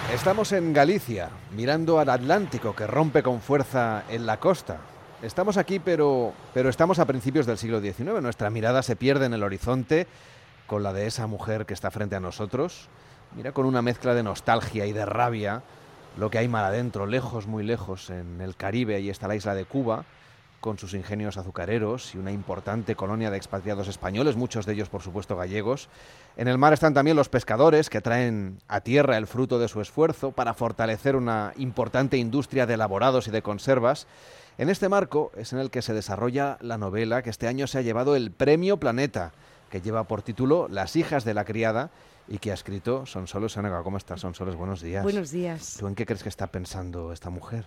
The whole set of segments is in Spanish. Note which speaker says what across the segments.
Speaker 1: Estamos en Galicia, mirando al Atlántico que rompe con fuerza en la costa. Estamos aquí, pero estamos a principios del siglo XIX. Nuestra mirada se pierde en el horizonte con la de esa mujer que está frente a nosotros. Mira con una mezcla de nostalgia y de rabia lo que hay mar adentro, lejos, muy lejos, en el Caribe. Ahí está la isla de Cuba, con sus ingenios azucareros y una importante colonia de expatriados españoles, muchos de ellos, por supuesto, gallegos. En el mar están también los pescadores que traen a tierra el fruto de su esfuerzo para fortalecer una importante industria de elaborados y de conservas. En este marco es en el que se desarrolla la novela que este año se ha llevado el Premio Planeta, que lleva por título Las hijas de la criada y que ha escrito Sonsoles Onega. ¿Cómo estás, Sonsoles? Buenos días.
Speaker 2: Buenos días.
Speaker 1: ¿Tú en qué crees que está pensando esta mujer?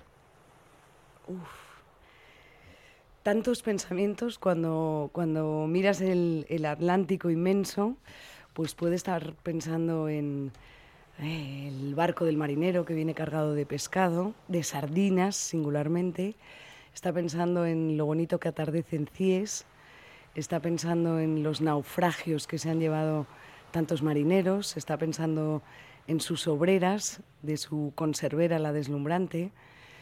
Speaker 2: Tantos pensamientos cuando miras el Atlántico inmenso, pues puede estar pensando en el barco del marinero que viene cargado de pescado, de sardinas singularmente. Está pensando en lo bonito que atardece en Cies. Está pensando en los naufragios que se han llevado tantos marineros. Está pensando en sus obreras, de su conservera, la deslumbrante.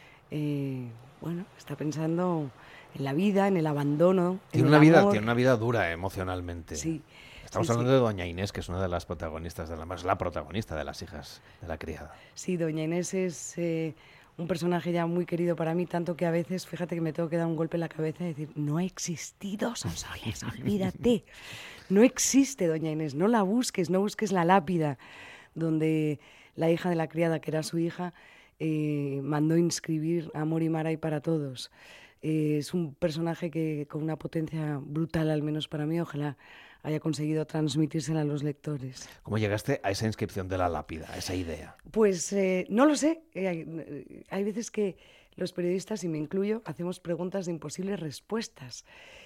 Speaker 2: Está pensando en la vida, en el abandono,
Speaker 1: Tiene
Speaker 2: en el amor.
Speaker 1: Tiene una vida dura emocionalmente.
Speaker 2: Sí.
Speaker 1: Estamos hablando de Doña Inés, que es una de las protagonistas, la protagonista de Las hijas de la criada.
Speaker 2: Sí, Doña Inés es un personaje ya muy querido para mí, tanto que a veces, fíjate que me tengo que dar un golpe en la cabeza y decir, no ha existido, Sonsoles, olvídate. No existe Doña Inés, no la busques, no busques la lápida donde la hija de la criada, que era su hija, mandó inscribir Amor y mar hay para todos. Es un personaje que con una potencia brutal, al menos para mí, ojalá haya conseguido transmitírsela a los lectores.
Speaker 1: ¿Cómo llegaste a esa inscripción de la lápida, a esa idea?
Speaker 2: Pues no lo sé. Hay veces que los periodistas, y me incluyo, hacemos preguntas de imposibles respuestas.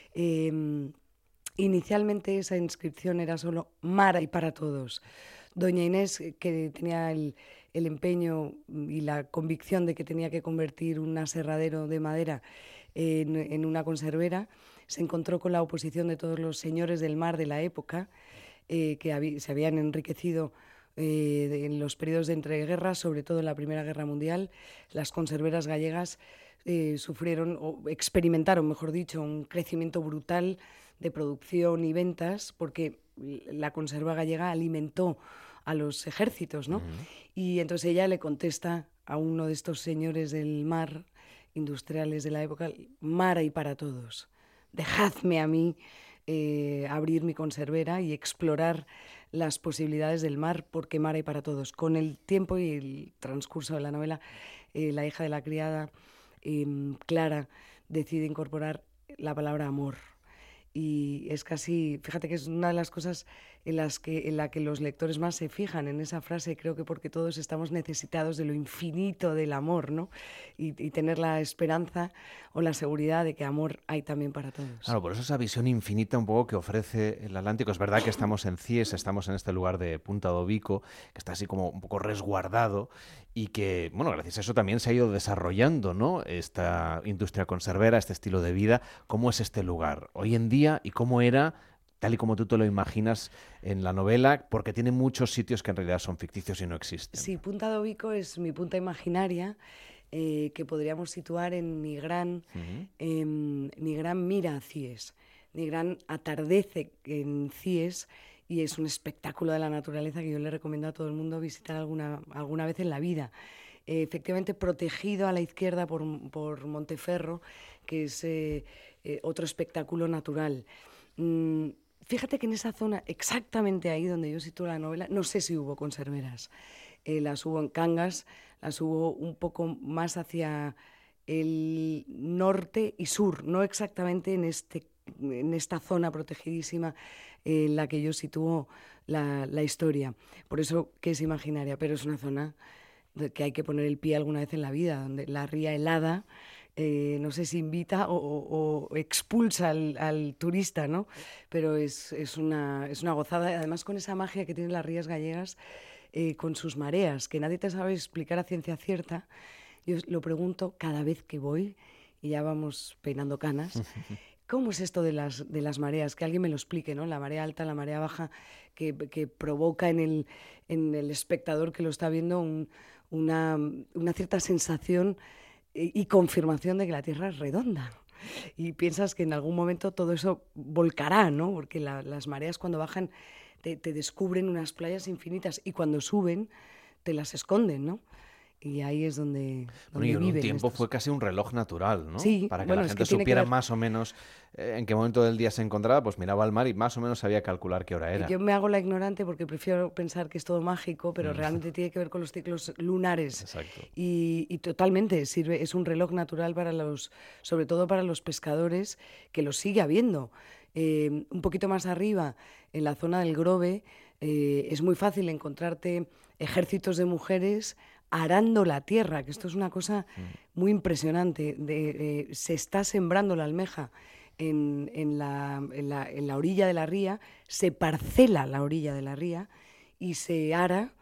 Speaker 2: Inicialmente esa inscripción era solo mar hay para todos. Doña Inés, que tenía el empeño y la convicción de que tenía que convertir un aserradero de madera en una conservera, se encontró con la oposición de todos los señores del mar de la época, que se habían enriquecido en los periodos de entreguerras, sobre todo en la Primera Guerra Mundial. Las conserveras gallegas sufrieron, o experimentaron, mejor dicho, un crecimiento brutal de producción y ventas, porque la conserva gallega alimentó a los ejércitos, ¿no? Y entonces ella le contesta a uno de estos señores del mar, industriales de la época, mar hay para todos. Dejadme a mí abrir mi conservera y explorar las posibilidades del mar, porque mar hay para todos. Con el tiempo y el transcurso de la novela, la hija de la criada, Clara, decide incorporar la palabra amor. Y es casi, fíjate que es una de las cosas en la que los lectores más se fijan en esa frase, creo que porque todos estamos necesitados de lo infinito del amor, ¿no? Y tener la esperanza o la seguridad de que amor hay también para todos.
Speaker 1: Claro, por eso esa visión infinita un poco que ofrece el Atlántico. Es verdad que estamos en Cies, estamos en este lugar de Punta do Bico, que está así como un poco resguardado y que, bueno, gracias a eso también se ha ido desarrollando, ¿no?, esta industria conservera, este estilo de vida. ¿Cómo es este lugar hoy en día y cómo era, tal y como tú te lo imaginas en la novela? Porque tiene muchos sitios que en realidad son ficticios y no existen.
Speaker 2: Sí, Punta do Bico es mi punta imaginaria, que podríamos situar en Nigrán. Nigrán mira a Cies. Nigrán atardece en Cies y es un espectáculo de la naturaleza que yo le recomiendo a todo el mundo visitar alguna vez en la vida. Efectivamente, protegido a la izquierda por Monteferro, que es otro espectáculo natural. Fíjate que en esa zona, exactamente ahí donde yo sitúo la novela, no sé si hubo conserveras. Las hubo en Cangas, las hubo un poco más hacia el norte y sur, no exactamente en esta zona protegidísima en la que yo sitúo la historia. Por eso que es imaginaria, pero es una zona que hay que poner el pie alguna vez en la vida, donde la ría helada no sé si invita o expulsa al turista, ¿no? Pero es una gozada, además con esa magia que tienen las rías gallegas, con sus mareas, que nadie te sabe explicar a ciencia cierta. Yo lo pregunto cada vez que voy, y ya vamos peinando canas. ¿Cómo es esto de las mareas? Que alguien me lo explique, ¿no? La marea alta, la marea baja, que provoca en el espectador que lo está viendo una cierta sensación y confirmación de que la Tierra es redonda. Y piensas que en algún momento todo eso volcará, ¿no? Porque las mareas cuando bajan te descubren unas playas infinitas y cuando suben te las esconden, ¿no? Y ahí es donde
Speaker 1: Bueno, y en un
Speaker 2: viven
Speaker 1: tiempo
Speaker 2: estos.
Speaker 1: fue casi un reloj natural, ¿no?
Speaker 2: Sí,
Speaker 1: Para que
Speaker 2: bueno,
Speaker 1: la
Speaker 2: es
Speaker 1: gente
Speaker 2: que tiene que
Speaker 1: supiera
Speaker 2: ver.
Speaker 1: más o menos en qué momento del día se encontraba, pues miraba al mar y más o menos sabía calcular qué hora era.
Speaker 2: Yo me hago la ignorante porque prefiero pensar que es todo mágico, pero
Speaker 1: Mm.
Speaker 2: realmente tiene que ver con los ciclos lunares.
Speaker 1: Exacto.
Speaker 2: Y totalmente sirve, es un reloj natural para sobre todo para los pescadores, que los sigue habiendo. Un poquito más arriba, en la zona del Grove, es muy fácil encontrarte ejércitos de mujeres arando la tierra, que esto es una cosa muy impresionante. Se está sembrando la almeja en la orilla de la ría, se parcela la orilla de la ría y se ara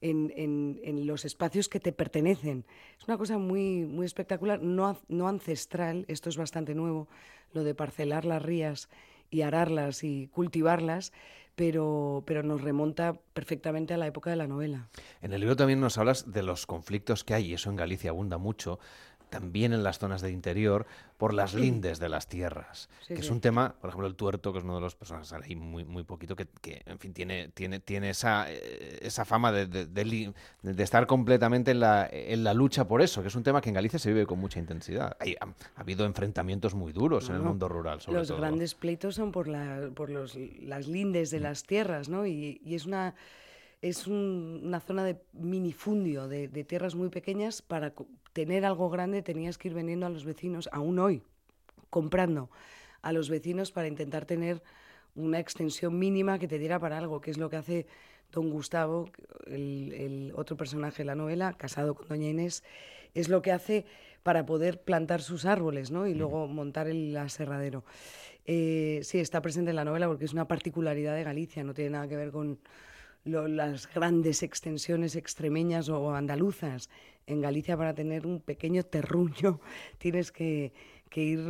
Speaker 2: en los espacios que te pertenecen. Es una cosa muy, muy espectacular, no ancestral, esto es bastante nuevo, lo de parcelar las rías y ararlas y cultivarlas, pero nos remonta perfectamente a la época de la novela.
Speaker 1: En el libro también nos hablas de los conflictos que hay, y eso en Galicia abunda mucho, también en las zonas del interior, por las lindes de las tierras,
Speaker 2: Sí,
Speaker 1: que es
Speaker 2: sí.
Speaker 1: un tema, por ejemplo, el tuerto, que es uno de los personajes, sale ahí muy, muy poquito, que en fin, tiene esa fama de estar completamente en la lucha por eso, que es un tema que en Galicia se vive con mucha intensidad. Ha habido enfrentamientos muy duros en el mundo rural, sobre
Speaker 2: Los
Speaker 1: todo.
Speaker 2: grandes pleitos son por las lindes de las tierras, ¿no? Y es una zona de minifundio, de tierras muy pequeñas. Para tener algo grande tenías que ir vendiendo a los vecinos, aún hoy, comprando a los vecinos para intentar tener una extensión mínima que te diera para algo, que es lo que hace don Gustavo, el otro personaje de la novela, casado con doña Inés, es lo que hace para poder plantar sus árboles, ¿no? Y luego montar el aserradero. Sí, está presente en la novela porque es una particularidad de Galicia, no tiene nada que ver con las grandes extensiones extremeñas o andaluzas. En Galicia, para tener un pequeño terruño tienes que ir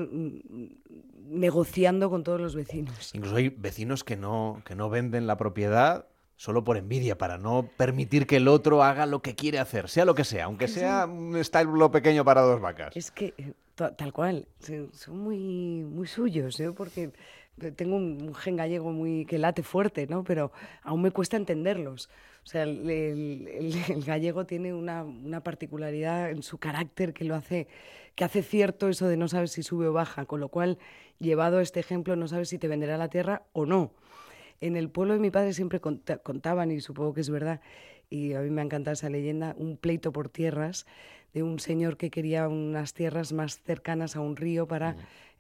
Speaker 2: negociando con todos los vecinos.
Speaker 1: Incluso hay vecinos que no venden la propiedad solo por envidia, para no permitir que el otro haga lo que quiere hacer, sea lo que sea, aunque sea un establo pequeño para 2 vacas.
Speaker 2: Es que, tal cual, son muy, muy suyos, ¿eh? Porque tengo un gen gallego muy que late fuerte, ¿no? Pero aún me cuesta entenderlos. O sea, el gallego tiene una particularidad en su carácter que hace cierto eso de no sabes si sube o baja, con lo cual, llevado a este ejemplo, no sabes si te venderá la tierra o no. En el pueblo de mi padre siempre contaban, y supongo que es verdad, y a mí me ha encantado esa leyenda, un pleito por tierras de un señor que quería unas tierras más cercanas a un río para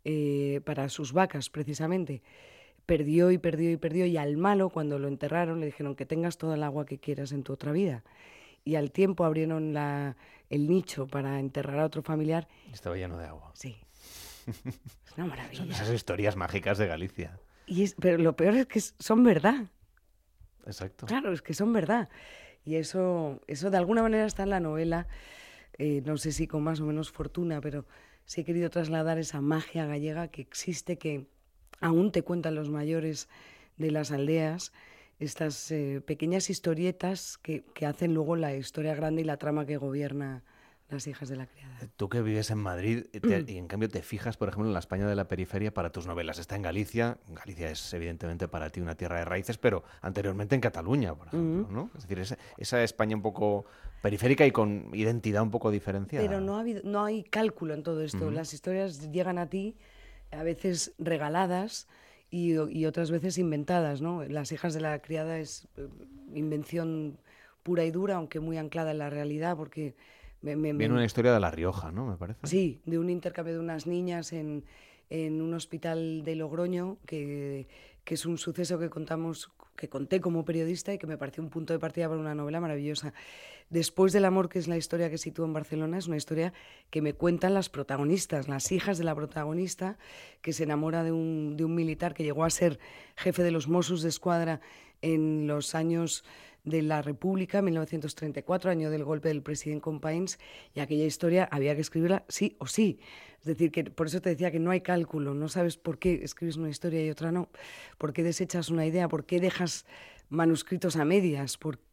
Speaker 2: sus vacas, precisamente. Perdió y perdió y perdió, y al malo, cuando lo enterraron, le dijeron que tengas toda el agua que quieras en tu otra vida. Y al tiempo abrieron el nicho para enterrar a otro familiar.
Speaker 1: Estaba lleno de agua.
Speaker 2: Sí. Es una maravilla.
Speaker 1: Son esas historias mágicas de Galicia.
Speaker 2: Pero lo peor es que son verdad.
Speaker 1: Exacto.
Speaker 2: Claro, es que son verdad. Y eso de alguna manera está en la novela. No sé si con más o menos fortuna, pero sí he querido trasladar esa magia gallega que existe, que aún te cuentan los mayores de las aldeas, estas pequeñas historietas que hacen luego la historia grande y la trama que gobierna Las hijas de la criada.
Speaker 1: Tú que vives en Madrid y en cambio te fijas, por ejemplo, en la España de la periferia para tus novelas. Está en Galicia. Galicia es evidentemente para ti una tierra de raíces, pero anteriormente en Cataluña, por ejemplo, ¿no? Es decir, esa España un poco periférica y con identidad un poco diferenciada.
Speaker 2: Pero no hay cálculo en todo esto. Las historias llegan a ti, a veces regaladas y otras veces inventadas, ¿no? Las hijas de la criada es invención pura y dura, aunque muy anclada en la realidad, porque
Speaker 1: Viene una historia de La Rioja, ¿no? Me parece.
Speaker 2: Sí, de un intercambio de unas niñas en un hospital de Logroño, que es un suceso que conté como periodista y que me pareció un punto de partida para una novela maravillosa. Después del amor, que es la historia que sitúo en Barcelona, es una historia que me cuentan las protagonistas, las hijas de la protagonista, que se enamora de un militar que llegó a ser jefe de los Mossos d'Esquadra en los años de la República, 1934, año del golpe del presidente Companys, y aquella historia había que escribirla sí o sí. Es decir, que por eso te decía que no hay cálculo, no sabes por qué escribes una historia y otra no, por qué desechas una idea, por qué dejas manuscritos a medias, por qué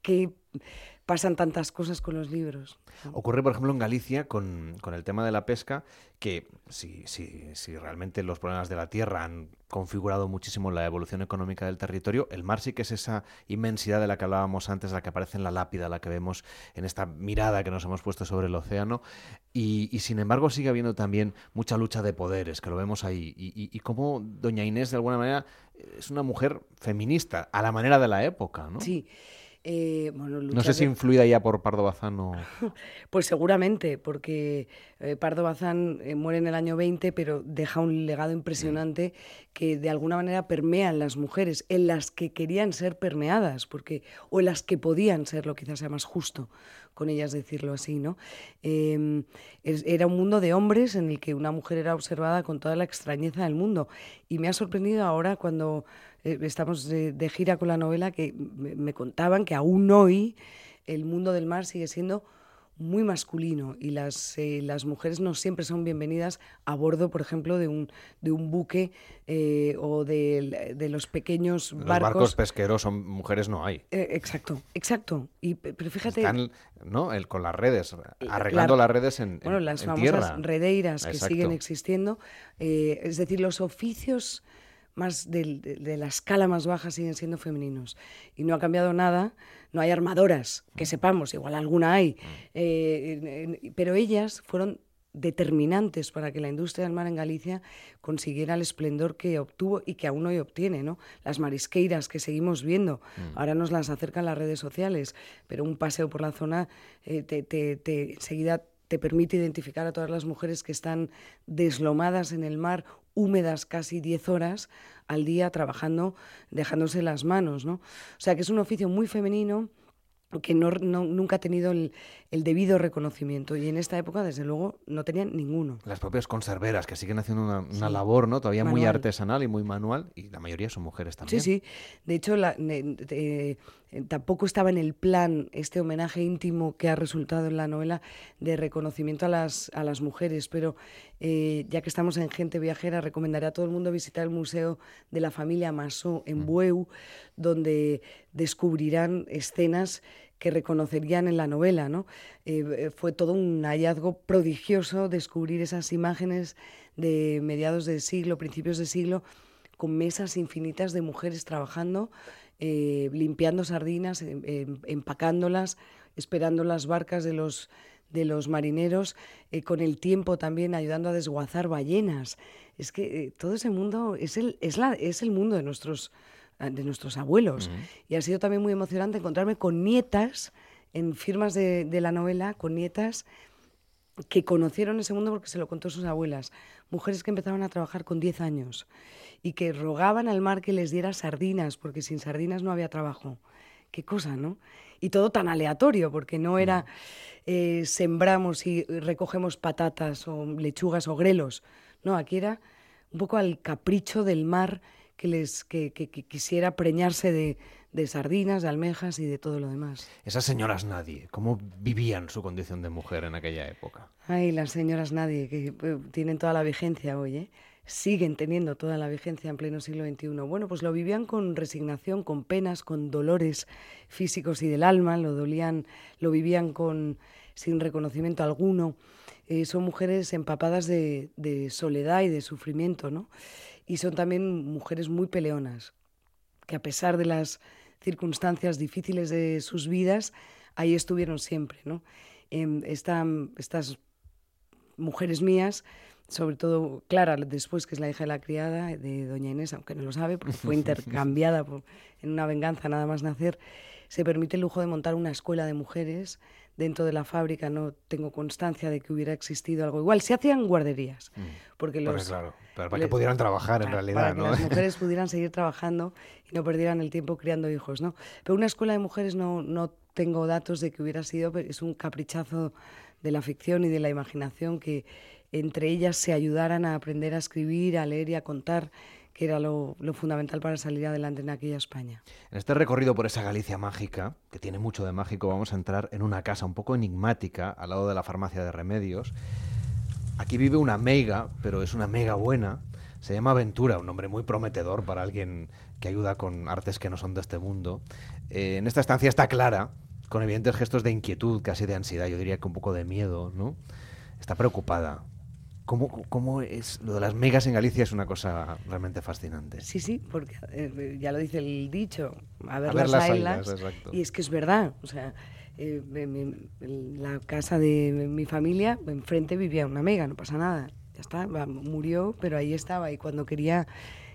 Speaker 2: pasan tantas cosas con los libros.
Speaker 1: Ocurre, por ejemplo, en Galicia con el tema de la pesca, que si realmente los problemas de la tierra han configurado muchísimo la evolución económica del territorio, el mar sí que es esa inmensidad de la que hablábamos antes, la que aparece en la lápida, la que vemos en esta mirada que nos hemos puesto sobre el océano, y sin embargo sigue habiendo también mucha lucha de poderes, que lo vemos ahí, y cómo doña Inés, de alguna manera, es una mujer feminista, a la manera de la época, ¿no?
Speaker 2: Sí. Bueno,
Speaker 1: no sé si influida ya por Pardo Bazán o...
Speaker 2: Pues seguramente, porque Pardo Bazán muere en el año 20, pero deja un legado impresionante que de alguna manera permea en las mujeres, en las que querían ser permeadas, o en las que podían serlo, quizás sea más justo con ellas decirlo así, ¿no? Era un mundo de hombres en el que una mujer era observada con toda la extrañeza del mundo. Y me ha sorprendido ahora cuando estamos de gira con la novela, que me contaban que aún hoy el mundo del mar sigue siendo muy masculino y las mujeres no siempre son bienvenidas a bordo, por ejemplo, de un buque o de los pequeños barcos.
Speaker 1: Los barcos pesqueros son mujeres, no hay.
Speaker 2: Exacto. Pero fíjate...
Speaker 1: Están, ¿no? Con las redes, arreglando las redes en tierra.
Speaker 2: Las famosas redeiras que
Speaker 1: Exacto.
Speaker 2: siguen existiendo. Es decir, los oficios más de la escala más baja siguen siendo femeninos. Y no ha cambiado nada. No hay armadoras, que sepamos, igual alguna hay. Pero ellas fueron determinantes para que la industria del mar en Galicia consiguiera el esplendor que obtuvo y que aún hoy obtiene, ¿no? Las marisqueiras que seguimos viendo, ahora nos las acercan las redes sociales, pero un paseo por la zona enseguida te permite identificar a todas las mujeres que están deslomadas en el mar, húmedas casi 10 horas al día trabajando, dejándose las manos, ¿no? O sea que es un oficio muy femenino que nunca ha tenido el debido reconocimiento, y en esta época, desde luego, no tenían ninguno.
Speaker 1: Las propias conserveras, que siguen haciendo una labor, ¿no? Todavía manual, muy artesanal y muy manual, y la mayoría son mujeres también.
Speaker 2: Sí. De hecho, tampoco estaba en el plan este homenaje íntimo que ha resultado en la novela de reconocimiento a las mujeres, pero ya que estamos en Gente Viajera, recomendaré a todo el mundo visitar el Museo de la Familia Massó en Bueu, donde descubrirán escenas que reconocerían en la novela, ¿no? Fue todo un hallazgo prodigioso descubrir esas imágenes de mediados del siglo, principios de siglo, con mesas infinitas de mujeres trabajando, limpiando sardinas, empacándolas, esperando las barcas de los marineros, con el tiempo también ayudando a desguazar ballenas. Es que todo ese mundo es el mundo de nuestros abuelos. Y ha sido también muy emocionante encontrarme con nietas en firmas de la novela, con nietas que conocieron ese mundo porque se lo contó sus abuelas, mujeres que empezaban a trabajar con 10 años y que rogaban al mar que les diera sardinas, porque sin sardinas no había trabajo. Qué cosa, ¿no? Y todo tan aleatorio, porque no era sembramos y recogemos patatas o lechugas o grelos. No, aquí era un poco al capricho del mar que quisiera preñarse de sardinas, de almejas y de todo lo demás.
Speaker 1: Esas señoras nadie, ¿cómo vivían su condición de mujer en aquella época?
Speaker 2: Ay, las señoras nadie, que tienen toda la vigencia hoy, ¿eh? Siguen teniendo toda la vigencia en pleno siglo XXI. Bueno, pues lo vivían con resignación, con penas, con dolores físicos y del alma, lo vivían sin reconocimiento alguno. Son mujeres empapadas de soledad y de sufrimiento, ¿no? Y son también mujeres muy peleonas, que a pesar de las circunstancias difíciles de sus vidas, ahí estuvieron siempre, ¿no? Estas mujeres mías, sobre todo Clara, después, que es la hija de la criada de doña Inés, aunque no lo sabe, porque fue intercambiada en una venganza nada más nacer, se permite el lujo de montar una escuela de mujeres dentro de la fábrica. No tengo constancia de que hubiera existido algo igual. Se hacían guarderías.
Speaker 1: Claro, pero para que pudieran trabajar en realidad,
Speaker 2: para
Speaker 1: ¿no?
Speaker 2: Que las mujeres pudieran seguir trabajando y no perdieran el tiempo criando hijos, ¿no? Pero una escuela de mujeres no tengo datos de que hubiera sido, pero es un caprichazo de la ficción y de la imaginación, que entre ellas se ayudaran a aprender a escribir, a leer y a contar, que era lo fundamental para salir adelante en aquella España.
Speaker 1: En este recorrido por esa Galicia mágica, que tiene mucho de mágico, vamos a entrar en una casa un poco enigmática, al lado de la farmacia de remedios. Aquí vive una meiga, pero es una meiga buena. Se llama Ventura, un nombre muy prometedor para alguien que ayuda con artes que no son de este mundo. En esta estancia está Clara, con evidentes gestos de inquietud, casi de ansiedad, yo diría que un poco de miedo, ¿no? Está preocupada. ¿Cómo es? Lo de las megas en Galicia es una cosa realmente fascinante.
Speaker 2: Sí, sí, porque ya lo dice el dicho, a ver
Speaker 1: las
Speaker 2: las
Speaker 1: ailas,
Speaker 2: ailas,
Speaker 1: exacto.
Speaker 2: y es que es verdad, o sea, en la casa de mi familia, enfrente vivía una mega, no pasa nada, ya está, murió, pero ahí estaba, y cuando quería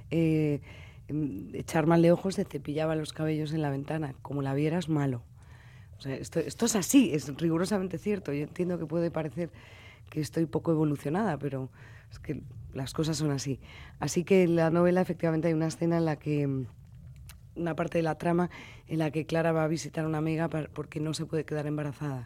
Speaker 2: echar mal de ojos, se cepillaba los cabellos en la ventana, como la vieras, malo. O sea, esto es así, es rigurosamente cierto. Yo entiendo que puede parecer que estoy poco evolucionada, pero es que las cosas son así. Así que en la novela efectivamente hay una escena en la que, una parte de la trama, en la que Clara va a visitar a una amiga porque no se puede quedar embarazada.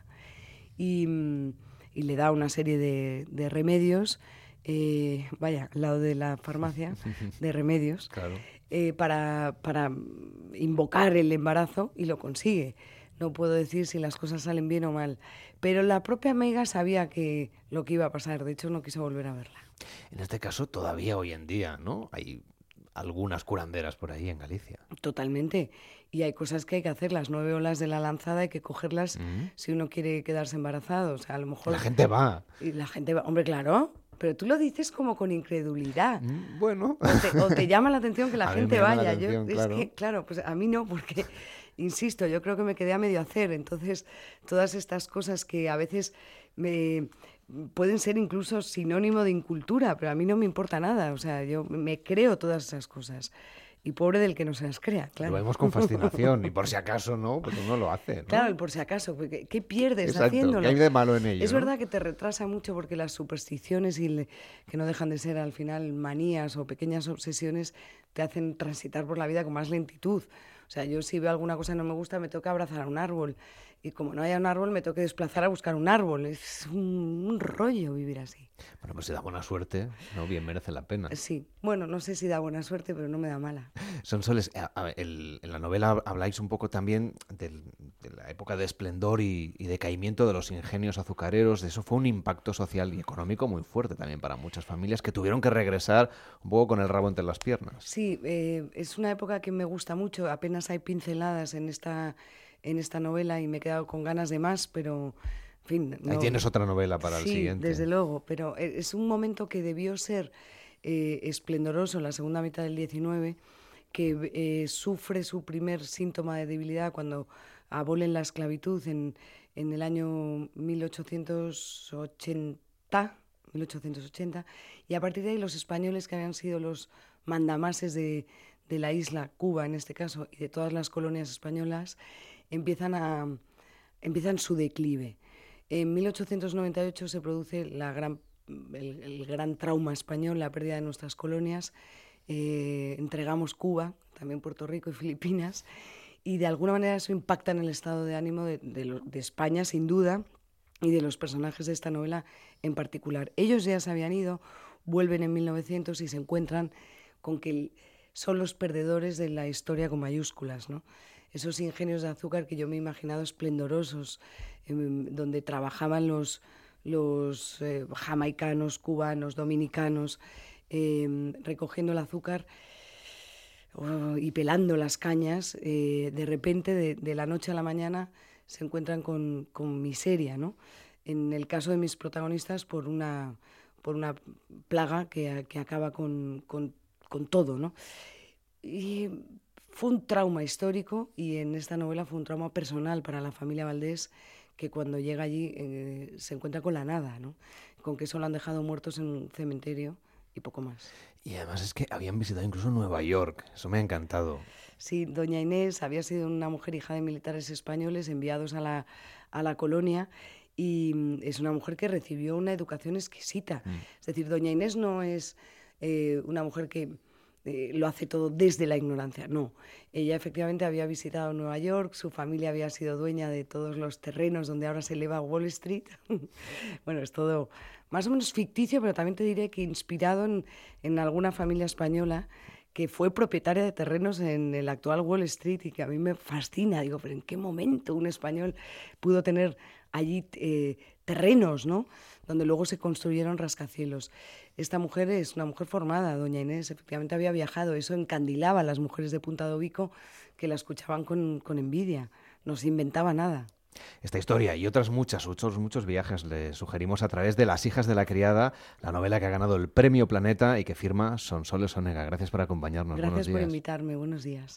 Speaker 2: Y le da una serie de remedios, vaya, al lado de la farmacia, de remedios,
Speaker 1: Claro.
Speaker 2: para invocar el embarazo, y lo consigue. No puedo decir si las cosas salen bien o mal, pero la propia Mega sabía que lo que iba a pasar, de hecho no quiso volver a verla.
Speaker 1: En este caso, todavía hoy en día, ¿no? Hay algunas curanderas por ahí en Galicia.
Speaker 2: Totalmente. Y hay cosas que hay que hacer, las 9 olas de la lanzada hay que cogerlas si uno quiere quedarse embarazado. O sea, a lo mejor...
Speaker 1: La gente va.
Speaker 2: Y la gente va, hombre, claro, pero tú lo dices como con incredulidad.
Speaker 1: Bueno.
Speaker 2: O te llama la atención que la
Speaker 1: A mí
Speaker 2: gente
Speaker 1: me llama la
Speaker 2: vaya.
Speaker 1: atención, claro.
Speaker 2: Es que, claro, pues a mí no, porque, insisto, yo creo que me quedé a medio hacer. Entonces, todas estas cosas que a veces pueden ser incluso sinónimo de incultura, pero a mí no me importa nada. O sea, yo me creo todas esas cosas. Y pobre del que no se las crea, claro.
Speaker 1: Lo vemos con fascinación y por si acaso no, pues uno lo hace, ¿no?
Speaker 2: Claro, y por si acaso, porque ¿qué pierdes
Speaker 1: Exacto,
Speaker 2: haciéndolo?
Speaker 1: ¿qué hay de malo en ello?
Speaker 2: Es
Speaker 1: ¿no?
Speaker 2: verdad que te retrasa mucho porque las supersticiones que no dejan de ser al final manías o pequeñas obsesiones te hacen transitar por la vida con más lentitud. O sea, yo si veo alguna cosa que no me gusta me toca abrazar a un árbol y como no haya un árbol me tengo que desplazar a buscar un árbol. Es un rollo vivir así.
Speaker 1: Bueno, pues si da buena suerte, ¿no? Bien merece la pena.
Speaker 2: Sí, bueno, no sé si da buena suerte, pero no me da mala.
Speaker 1: Sonsoles, en la novela habláis un poco también de la época de esplendor y decaimiento de los ingenios azucareros. Eso fue un impacto social y económico muy fuerte también para muchas familias que tuvieron que regresar un poco con el rabo entre las piernas.
Speaker 2: Sí, es una época que me gusta mucho. Apenas hay pinceladas en esta novela y me he quedado con ganas de más, pero... En fin,
Speaker 1: Ahí tienes otra novela para el
Speaker 2: sí,
Speaker 1: siguiente.
Speaker 2: desde luego, pero es un momento que debió ser esplendoroso en la segunda mitad del 19, que sufre su primer síntoma de debilidad cuando abolen la esclavitud en el año 1880, y a partir de ahí los españoles, que habían sido los mandamases de la isla, Cuba en este caso, y de todas las colonias españolas, empiezan su declive. En 1898 se produce el gran trauma español, la pérdida de nuestras colonias. Entregamos Cuba, también Puerto Rico y Filipinas, y de alguna manera eso impacta en el estado de ánimo de España, sin duda, y de los personajes de esta novela en particular. Ellos ya se habían ido, vuelven en 1900 y se encuentran con que son los perdedores de la historia con mayúsculas, ¿no? Esos ingenios de azúcar que yo me he imaginado esplendorosos, donde trabajaban los jamaicanos, cubanos, dominicanos, recogiendo el azúcar y pelando las cañas, de repente, de la noche a la mañana, se encuentran con miseria, ¿no? En el caso de mis protagonistas, por una plaga que acaba con todo, ¿no? Y fue un trauma histórico, y en esta novela fue un trauma personal para la familia Valdés, que cuando llega allí se encuentra con la nada, ¿no? Con que solo han dejado muertos en un cementerio y poco más.
Speaker 1: Y además es que habían visitado incluso Nueva York. Eso me ha encantado.
Speaker 2: Sí, doña Inés había sido una mujer hija de militares españoles enviados a la colonia, y es una mujer que recibió una educación exquisita. Es decir, doña Inés no es una mujer que lo hace todo desde la ignorancia, no. Ella efectivamente había visitado Nueva York, su familia había sido dueña de todos los terrenos donde ahora se eleva Wall Street. Bueno, es todo más o menos ficticio, pero también te diré que inspirado en alguna familia española que fue propietaria de terrenos en el actual Wall Street, y que a mí me fascina. Digo, pero ¿en qué momento un español pudo tener allí terrenos, ¿no?, donde luego se construyeron rascacielos? Esta mujer es una mujer formada, doña Inés, efectivamente había viajado. Eso encandilaba a las mujeres de Punta de Ubico, que la escuchaban con envidia. No se inventaba nada.
Speaker 1: esta historia y otras muchos viajes le sugerimos a través de Las hijas de la criada, la novela que ha ganado el Premio Planeta y que firma Sonsoles Onega. Gracias por acompañarnos.
Speaker 2: Gracias
Speaker 1: Buenos días.
Speaker 2: por invitarme. Buenos días.